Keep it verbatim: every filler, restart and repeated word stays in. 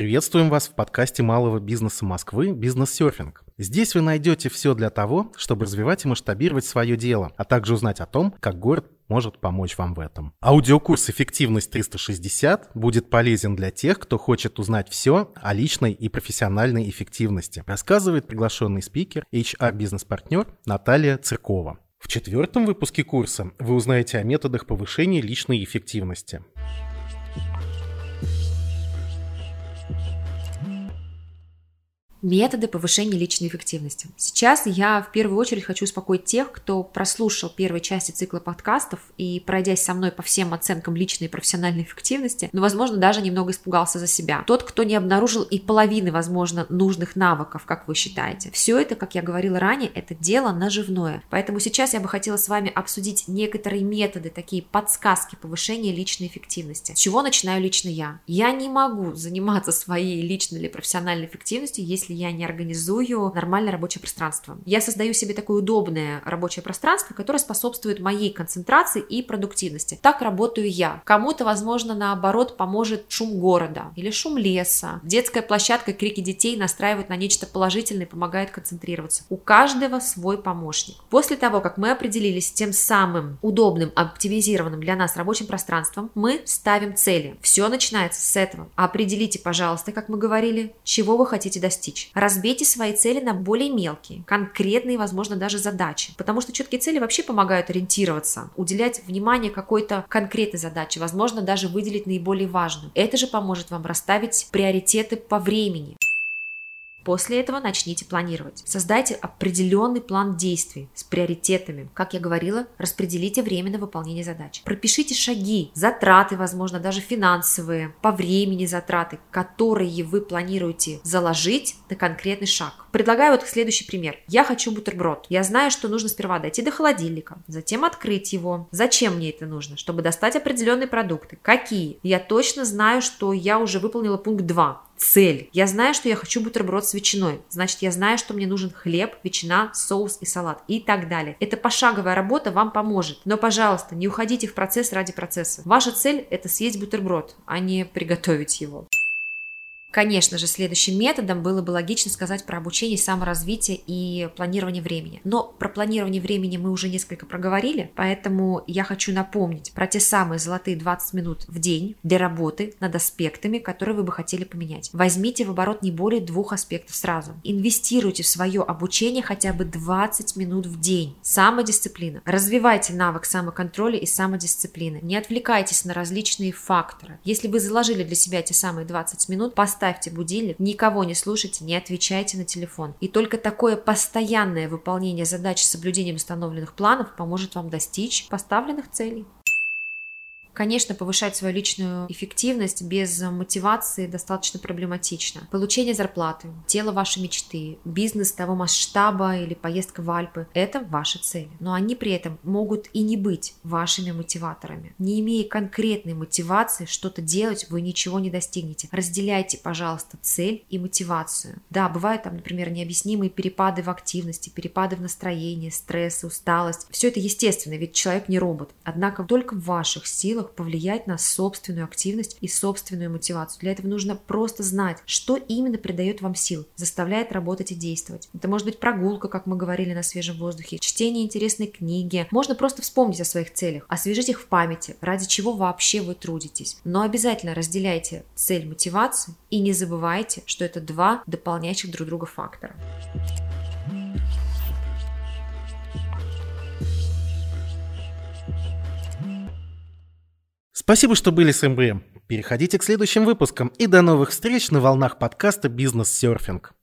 Приветствуем вас в подкасте малого бизнеса Москвы «Бизнес-серфинг». Здесь вы найдете все для того, чтобы развивать и масштабировать свое дело, а также узнать о том, как город может помочь вам в этом. Аудиокурс «Эффективность триста шестьдесят» будет полезен для тех, кто хочет узнать все о личной и профессиональной эффективности, рассказывает приглашенный спикер, эйч ар-бизнес-партнер Наталья Циркова. В четвертом выпуске курса вы узнаете о методах повышения личной эффективности. Методы повышения личной эффективности. Сейчас я в первую очередь хочу успокоить тех, кто прослушал первой части цикла подкастов и, пройдясь со мной по всем оценкам личной и профессиональной эффективности, но, возможно, даже немного испугался за себя. Тот, кто не обнаружил и половины, возможно, нужных навыков, как вы считаете. Все это, как я говорила ранее, это дело наживное. Поэтому сейчас я бы хотела с вами обсудить некоторые методы, такие подсказки повышения личной эффективности. С чего начинаю лично я? Я не могу заниматься своей личной или профессиональной эффективностью, если я не организую нормальное рабочее пространство. Я создаю себе такое удобное рабочее пространство, которое способствует моей концентрации и продуктивности. Так работаю я. Кому-то, возможно, наоборот, поможет шум города или шум леса. Детская площадка, крики детей настраивают на нечто положительное и помогает концентрироваться. У каждого свой помощник. После того, как мы определились с тем самым удобным, оптимизированным для нас рабочим пространством, мы ставим цели. Все начинается с этого. Определите, пожалуйста, как мы говорили, чего вы хотите достичь. Разбейте свои цели на более мелкие, конкретные, возможно, даже задачи. Потому что четкие цели вообще помогают ориентироваться, уделять внимание какой-то конкретной задаче, возможно, даже выделить наиболее важную. Это же поможет вам расставить приоритеты по времени. После этого начните планировать. Создайте определенный план действий с приоритетами. Как я говорила, распределите время на выполнение задач. Пропишите шаги, затраты, возможно, даже финансовые, по времени затраты, которые вы планируете заложить на конкретный шаг. Предлагаю вот следующий пример. Я хочу бутерброд. Я знаю, что нужно сперва дойти до холодильника, затем открыть его. Зачем мне это нужно? Чтобы достать определенные продукты. Какие? Я точно знаю, что я уже выполнила пункт два. Цель. Я знаю, что я хочу бутерброд с ветчиной. Значит, я знаю, что мне нужен хлеб, ветчина, соус и салат и так далее. Эта пошаговая работа вам поможет. Но, пожалуйста, не уходите в процесс ради процесса. Ваша цель – это съесть бутерброд, а не приготовить его. Конечно же, следующим методом было бы логично сказать про обучение, саморазвитие и планирование времени. Но про планирование времени мы уже несколько проговорили, поэтому я хочу напомнить про те самые золотые двадцать минут в день для работы над аспектами, которые вы бы хотели поменять. Возьмите в оборот не более двух аспектов сразу. Инвестируйте в свое обучение хотя бы двадцать минут в день. Самодисциплина. Развивайте навык самоконтроля и самодисциплины. Не отвлекайтесь на различные факторы. Если вы заложили для себя эти самые двадцать минут, поставьте Ставьте будильник, никого не слушайте, не отвечайте на телефон. И только такое постоянное выполнение задач с соблюдением установленных планов поможет вам достичь поставленных целей. Конечно, повышать свою личную эффективность без мотивации достаточно проблематично. Получение зарплаты, тело вашей мечты, бизнес того масштаба или поездка в Альпы – это ваши цели. Но они при этом могут и не быть вашими мотиваторами. Не имея конкретной мотивации что-то делать, вы ничего не достигнете. Разделяйте, пожалуйста, цель и мотивацию. Да, бывают там, например, необъяснимые перепады в активности, перепады в настроении, стресс, усталость. Все это естественно, ведь человек не робот. Однако только в ваших силах повлиять на собственную активность и собственную мотивацию. Для этого нужно просто знать, что именно придает вам сил, заставляет работать и действовать. Это может быть прогулка, как мы говорили, на свежем воздухе, чтение интересной книги. Можно просто вспомнить о своих целях, освежить их в памяти, ради чего вообще вы трудитесь. Но обязательно разделяйте цель мотивации и не забывайте, что это два дополняющих друг друга фактора. Спасибо, что были с эм бэ эм. Переходите к следующим выпускам и до новых встреч на волнах подкаста «Бизнес-серфинг».